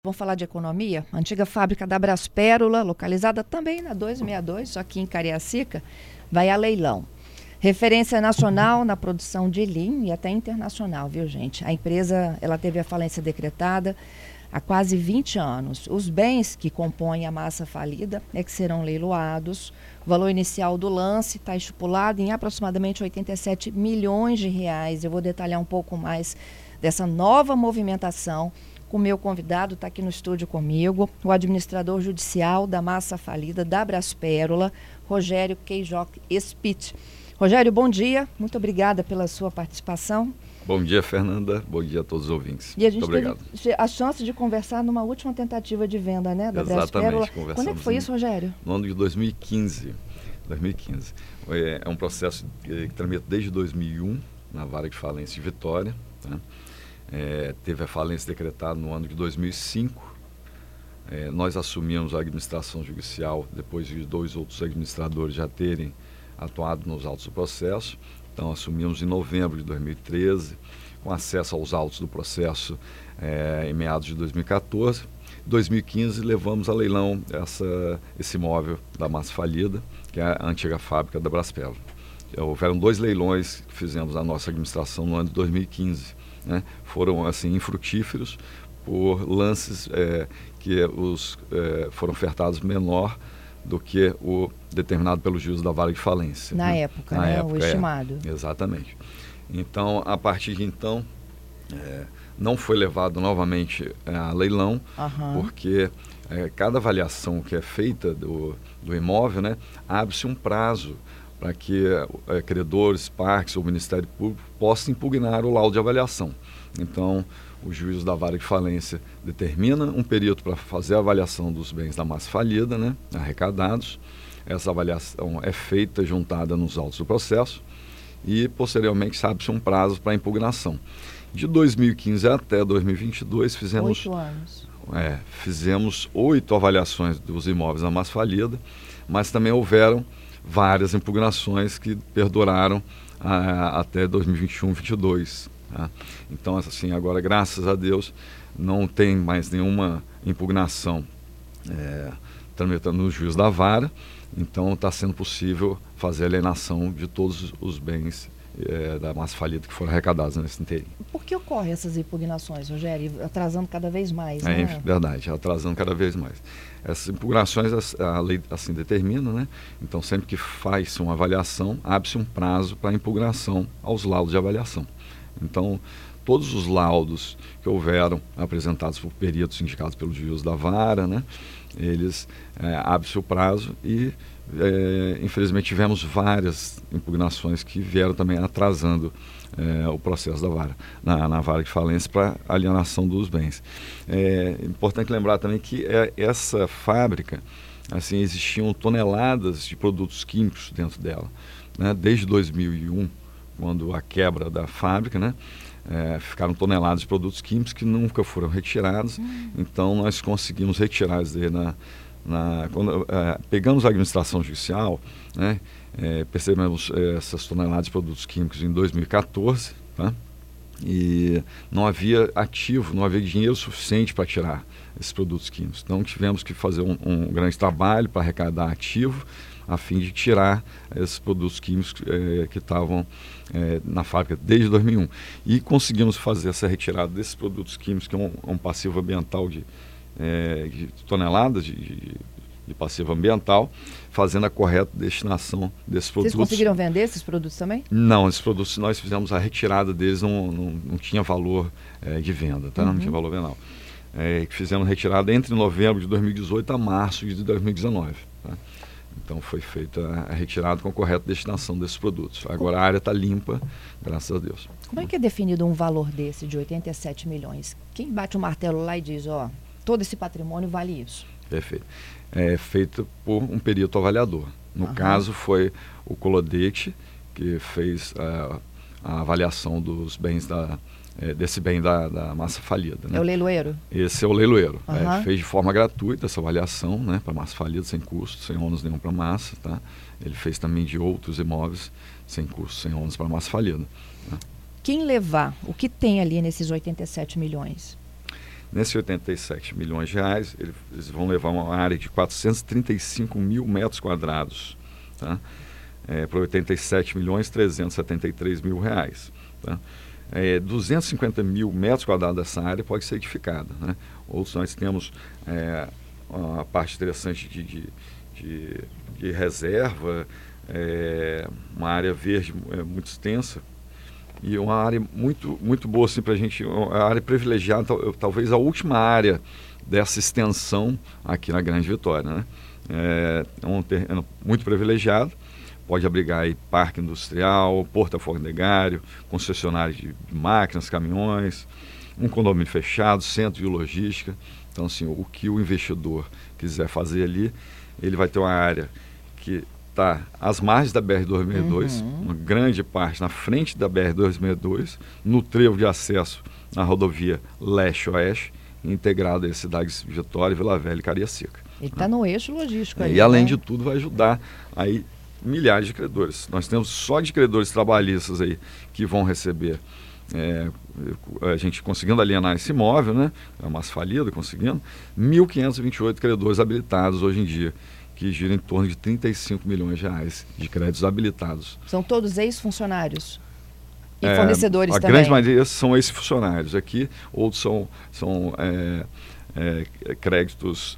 Vamos falar de economia? A antiga fábrica da Braspérola, localizada também na 262, só que em Cariacica, vai a leilão. Referência nacional na produção de linho e até internacional, viu, gente? A empresa ela teve a falência decretada há quase 20 anos. Os bens que compõem a massa falida é que serão leiloados. O valor inicial do lance está estipulado em aproximadamente 87 milhões de reais. Eu vou detalhar um pouco mais dessa nova movimentação. O meu convidado está aqui no estúdio comigo, o administrador judicial da massa falida da Braspérola, Rogério Queijoc Spit. Rogério, bom dia, muito obrigada pela sua participação. Bom dia, Fernanda, bom dia a todos os ouvintes. E a gente teve a chance de conversar numa última tentativa de venda, né, da Braspérola. Quando é que foi isso, Rogério? No ano de 2015. É um processo que tramita desde 2001, na vara de falência de Vitória, tá? Teve a falência decretada no ano de 2005. Nós assumimos a administração judicial depois de 2 outros administradores já terem atuado nos autos do processo. Então, assumimos em novembro de 2013, com acesso aos autos do processo em meados de 2014. Em 2015, levamos a leilão esse imóvel da massa falida, que é a antiga fábrica da Braspérola. Houveram 2 leilões que fizemos na nossa administração no ano de 2015. Né? Foram assim infrutíferos por lances que foram ofertados menor do que o determinado pelo juiz da vara de falência. Na época, né? O estimado. Exatamente. Então, a partir de então, não foi levado novamente a leilão, porque cada avaliação que é feita do imóvel, né, abre-se um prazo para que credores, parques ou Ministério Público possam impugnar o laudo de avaliação. Então, o juiz da vara de falência determina um perito para fazer a avaliação dos bens da massa falida, né, arrecadados. Essa avaliação é feita, juntada nos autos do processo e, posteriormente, sabe-se um prazo para impugnação. De 2015 até 2022, fizemos 8 anos. Fizemos 8 avaliações dos imóveis da massa falida, mas também houveram várias impugnações que perduraram até 2021-22. Tá? Então, assim, agora, graças a Deus, não tem mais nenhuma impugnação tramitando no juiz da vara. Então, está sendo possível fazer a alienação de todos os bens da massa falida que foram arrecadados nesse inteirinho. Por que ocorrem essas impugnações, Rogério? Atrasando cada vez mais, né? É verdade, atrasando cada vez mais. Essas impugnações, a lei assim determina, né? Então, sempre que faz-se uma avaliação, abre-se um prazo para impugnação aos laudos de avaliação. Então, todos os laudos que houveram apresentados por peritos indicados pelo juiz da vara, né? Eles abre-se o prazo e, infelizmente, tivemos várias impugnações que vieram também atrasando o processo da vara, na vara de falência para alienação dos bens. É importante lembrar também que essa fábrica, assim, existiam toneladas de produtos químicos dentro dela, né? Desde 2001, quando a quebra da fábrica, né? Ficaram toneladas de produtos químicos que nunca foram retirados. Então, nós conseguimos retirar isso daí quando pegamos a administração judicial, né? Percebemos essas toneladas de produtos químicos em 2014, tá? E não havia ativo, não havia dinheiro suficiente para tirar esses produtos químicos. Então, tivemos que fazer um grande trabalho para arrecadar ativo, a fim de tirar esses produtos químicos que estavam na fábrica desde 2001. E conseguimos fazer essa retirada desses produtos químicos, que é um passivo ambiental de toneladas de passivo ambiental, fazendo a correta destinação desses produtos. Vocês conseguiram vender esses produtos também? Não, esses produtos nós fizemos a retirada deles, não tinha valor de venda, tá? Não tinha valor venal. Fizemos retirada entre novembro de 2018 a março de 2019. Tá? Então, foi feita a retirada com a correta destinação desses produtos. Agora a área está limpa, graças a Deus. Como é que é definido um valor desse de 87 milhões? Quem bate o martelo lá e diz, todo esse patrimônio vale isso? Perfeito. É feito por um perito avaliador. No caso, foi o Colodete que fez a avaliação dos bens desse bem da massa falida. Né? É o leiloeiro? Esse é o leiloeiro. Fez de forma gratuita essa avaliação, né, para massa falida, sem custo, sem ônus nenhum para massa. Tá? Ele fez também de outros imóveis, sem custo, sem ônus para massa falida. Né? Quem levar, o que tem ali nesses 87 milhões? Nesses 87 milhões de reais, eles vão levar uma área de 435 mil metros quadrados, tá? Para 87 milhões 373 mil reais. Tá? 250 mil metros quadrados dessa área pode ser edificada, né? Outros nós temos uma parte interessante de reserva, uma área verde muito extensa e uma área muito boa assim, para a gente, uma área privilegiada, talvez a última área dessa extensão aqui na Grande Vitória, né? É um terreno muito privilegiado. Pode abrigar aí parque industrial, porto alfandegário, concessionário de máquinas, caminhões, um condomínio fechado, centro de logística. Então, assim, o que o investidor quiser fazer ali, ele vai ter uma área que está às margens da BR-262, uma grande parte na frente da BR-262, no trevo de acesso à rodovia leste-oeste, integrado às cidades de Vitória, Vila Velha e Cariacica. Ele está no eixo logístico aí. E, além de tudo, vai ajudar aí milhares de credores. Nós temos só de credores trabalhistas aí que vão receber, a gente conseguindo alienar esse imóvel, né? É uma falida conseguindo, 1.528 credores habilitados hoje em dia, que giram em torno de 35 milhões de reais de créditos habilitados. São todos ex-funcionários e fornecedores também? A grande maioria são ex-funcionários aqui, outros são créditos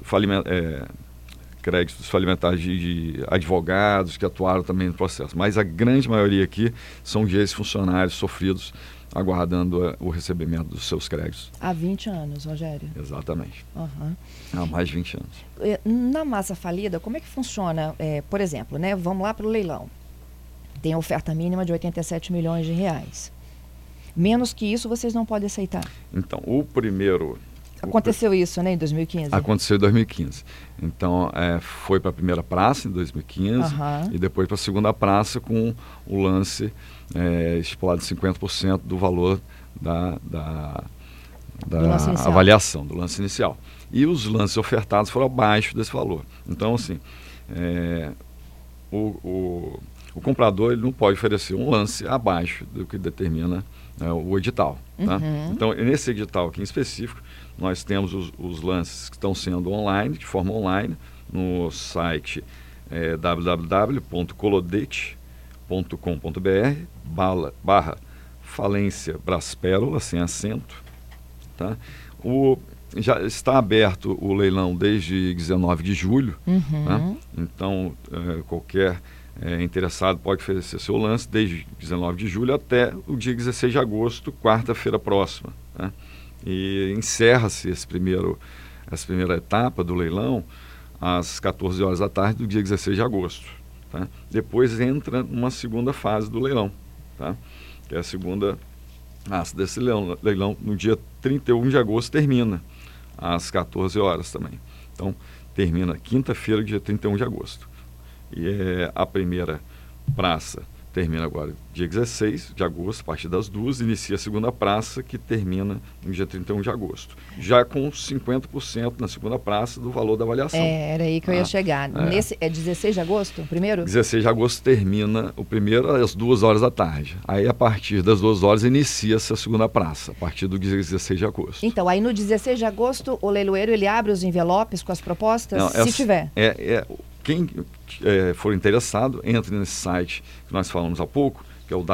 falimentares de advogados que atuaram também no processo. Mas a grande maioria aqui são de ex-funcionários sofridos, aguardando o recebimento dos seus créditos. Há 20 anos, Rogério. Exatamente. Uhum. Há mais de 20 anos. Na massa falida, como é que funciona? Por exemplo, né, vamos lá para o leilão. Tem a oferta mínima de 87 milhões de reais. Menos que isso, vocês não podem aceitar. Então, o primeiro... Aconteceu isso, né, em 2015? Aconteceu em 2015. Então, foi para a primeira praça em 2015 e depois para a segunda praça com o lance estipulado de 50% do valor da avaliação, do lance inicial. E os lances ofertados foram abaixo desse valor. Então, assim, o comprador ele não pode oferecer um lance abaixo do que determina o edital. Tá? Então, nesse edital aqui em específico, nós temos os lances que estão sendo online, de forma online, no site www.colodete.com.br/falência Braspérola, sem acento. Tá? Já está aberto o leilão desde 19 de julho. Tá? Então, qualquer interessado pode oferecer seu lance desde 19 de julho até o dia 16 de agosto, quarta-feira próxima. Tá? E encerra-se essa primeira etapa do leilão às 14 horas da tarde do dia 16 de agosto. Tá? Depois entra uma segunda fase do leilão, tá? Que é a segunda fase desse leilão no dia 31 de agosto, termina às 14 horas também. Então, termina quinta-feira, dia 31 de agosto. E a primeira praça termina agora dia 16 de agosto, a partir das 2, inicia a segunda praça, que termina no dia 31 de agosto. Já com 50% na segunda praça do valor da avaliação. Era aí que eu ia chegar. Nesse, 16 de agosto, o primeiro? 16 de agosto termina o primeiro às 2 horas da tarde. Aí, a partir das 2 horas, inicia-se a segunda praça, a partir do dia 16 de agosto. Então, aí no 16 de agosto, o leiloeiro ele abre os envelopes com as propostas, se tiver? Quem for interessado, entre nesse site que nós falamos há pouco, que é o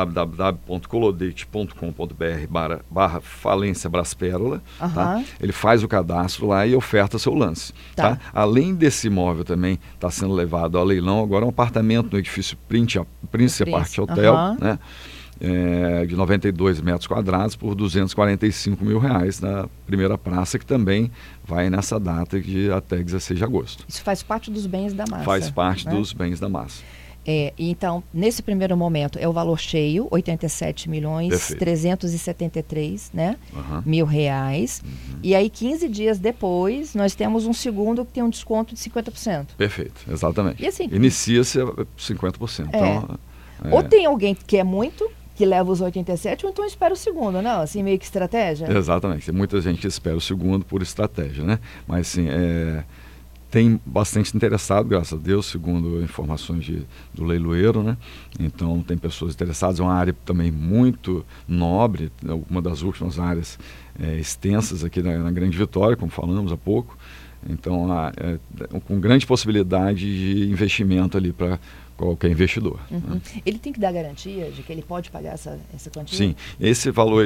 www.colodete.com.br/falência Braspérola. Tá? Ele faz o cadastro lá e oferta seu lance. Tá? Além desse imóvel também está sendo levado a leilão agora um apartamento no edifício Prince Park Hotel, né? De 92 metros quadrados por 245 mil reais na primeira praça, que também vai nessa data de até 16 de agosto. Isso faz parte dos bens da massa. Faz parte, né, dos bens da massa. Então, nesse primeiro momento, é o valor cheio, 87 milhões 373, né, mil reais. E aí, 15 dias depois, nós temos um segundo que tem um desconto de 50%. Perfeito, exatamente. E assim, inicia-se 50%. Então, ou tem alguém que quer muito, que leva os 87, ou então espera o segundo, não? Assim, meio que estratégia? Exatamente. Muita gente espera o segundo por estratégia, né? Mas, assim, Tem bastante interessado, graças a Deus, segundo informações do leiloeiro, né? Então tem pessoas interessadas, é uma área também muito nobre, uma das últimas áreas extensas aqui na Grande Vitória, como falamos há pouco. Então, com grande possibilidade de investimento ali para qualquer investidor. Uhum. Né? Ele tem que dar garantia de que ele pode pagar essa quantia? Sim, esse valor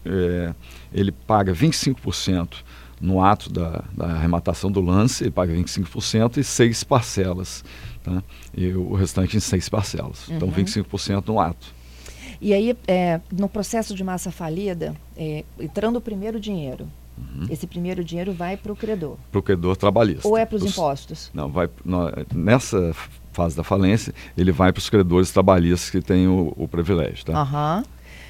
ele paga 25% no ato da arrematação do lance, ele paga 25% e 6 parcelas, tá? E o restante em 6 parcelas. Então, 25% no ato. E aí, no processo de massa falida, entrando o primeiro dinheiro, esse primeiro dinheiro vai para o credor? Para o credor trabalhista. Ou é para os impostos? Não, nessa fase da falência, ele vai para os credores trabalhistas que têm o privilégio. Tá? Aham.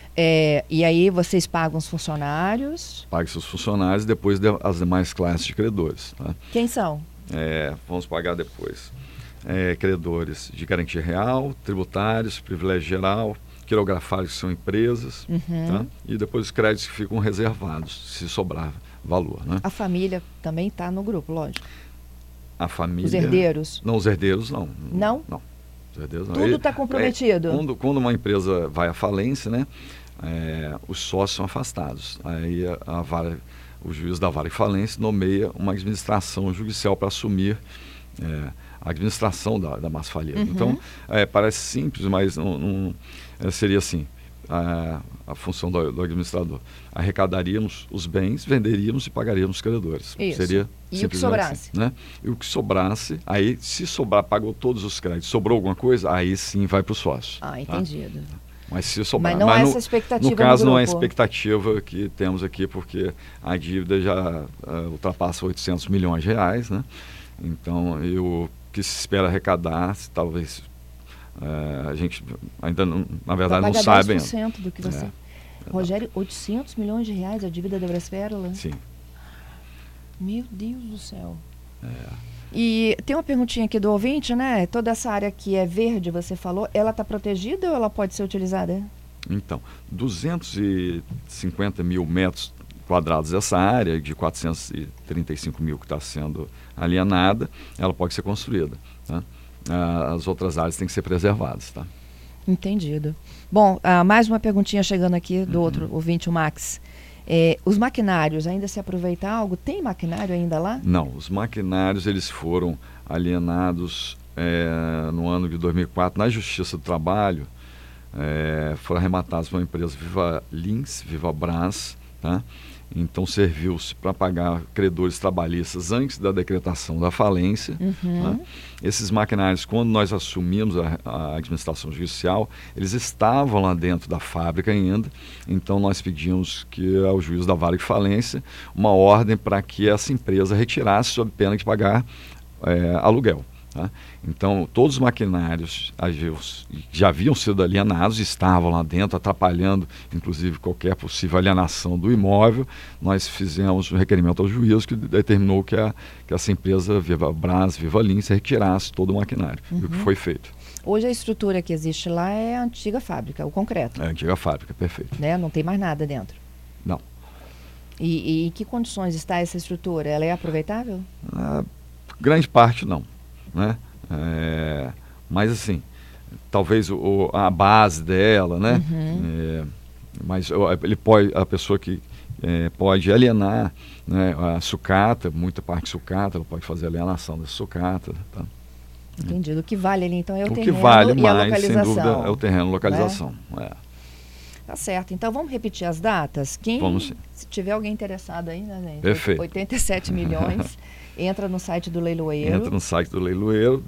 E aí vocês pagam os funcionários? Paga seus funcionários e depois as demais classes de credores. Tá? Quem são? Vamos pagar depois. Credores de garantia real, tributários, privilégio geral, quirografários que são empresas, tá? E depois os créditos que ficam reservados, se sobrar valor. Né? A família também está no grupo, lógico? A família... Os herdeiros? Não, os herdeiros não. Não? Não. Os herdeiros não. Tudo está comprometido? Quando uma empresa vai à falência, né, os sócios são afastados. Aí o juiz da vara de falência nomeia uma administração judicial para assumir a administração da massa falida. Então, parece simples, mas não seria assim. A função do administrador. Arrecadaríamos os bens, venderíamos e pagaríamos os credores. Isso. Seria e o que sobrasse? Assim, né? E o que sobrasse, aí se sobrar, pagou todos os créditos, sobrou alguma coisa, aí sim vai para o sócio. Entendido. Tá? Mas se sobrar. Mas não há essa expectativa no caso, no não é a grupo. expectativa que temos aqui, porque a dívida já ultrapassa 800 milhões de reais, né? Então, o que se espera arrecadar, talvez... a gente ainda, na verdade, não sabe. 10% do que você... Rogério, 800 milhões de reais a dívida da Braspérola? Sim. Meu Deus do céu. E tem uma perguntinha aqui do ouvinte, né? Toda essa área que é verde, você falou, ela está protegida ou ela pode ser utilizada? Então, 250 mil metros quadrados dessa área, de 435 mil que está sendo alienada, ela pode ser construída, tá? As outras áreas têm que ser preservadas, tá? Entendido. Bom, mais uma perguntinha chegando aqui do outro ouvinte, o Max. Os maquinários, ainda se aproveita algo? Tem maquinário ainda lá? Não, os maquinários eles foram alienados no ano de 2004 na Justiça do Trabalho, foram arrematados por uma empresa Viva Lins, Viva Brás, tá? Então serviu-se para pagar credores trabalhistas antes da decretação da falência. Né? Esses maquinários, quando nós assumimos a administração judicial, eles estavam lá dentro da fábrica ainda. Então nós pedimos ao juiz da vara de falência uma ordem para que essa empresa retirasse sob pena de pagar aluguel. Tá? Então, todos os maquinários já haviam sido alienados, estavam lá dentro, atrapalhando, inclusive, qualquer possível alienação do imóvel. Nós fizemos um requerimento ao juiz que determinou que essa empresa, Viva Brás, Viva Lins, retirasse todo o maquinário. E o que foi feito. Hoje a estrutura que existe lá é a antiga fábrica, o concreto. É a antiga fábrica, perfeito. Né? Não tem mais nada dentro. Não. E em que condições está essa estrutura? Ela é aproveitável? Grande parte não. Né? Mas assim, talvez a base dela, né? Mas a pessoa que pode alienar, né? A sucata, muita parte sucata, ela pode fazer alienação da sucata. Tá? Entendido. O que vale ali então é o terreno que vale e mais, a localização. sem dúvida, é o terreno e localização. Tá certo. Então vamos repetir as datas? Se tiver alguém interessado aí, né, gente? Perfeito. 87 milhões. Entra no site do leiloeiro. Entra no site do leiloeiro,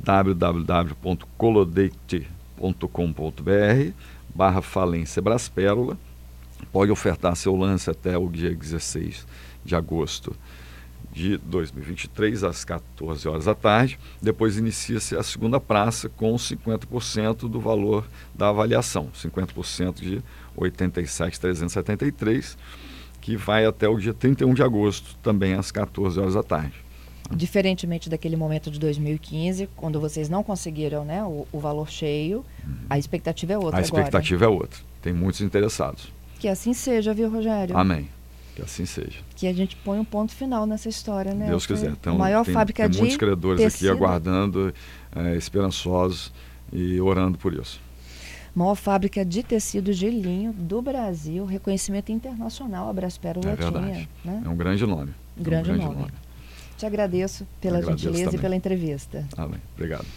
www.colodate.com.br/falência Braspérola. Pode ofertar seu lance até o dia 16 de agosto de 2023, às 14 horas da tarde. Depois inicia-se a segunda praça com 50% do valor da avaliação, 50% de 87.373, que vai até o dia 31 de agosto, também às 14 horas da tarde. Diferentemente daquele momento de 2015, quando vocês não conseguiram, né, o valor cheio, a expectativa é outra agora. A expectativa é outra. Tem muitos interessados. Que assim seja, viu, Rogério? Amém. Que assim seja. Que a gente põe um ponto final nessa história, né? Deus quiser. Então, a maior fábrica tem de muitos credores tecido, aqui aguardando, esperançosos e orando por isso. Maior fábrica de tecidos de linho do Brasil, reconhecimento internacional, a Braspérola tinha. Né? É um grande nome. Grande nome. Te agradeço pela gentileza e pela entrevista. Amém. Obrigado.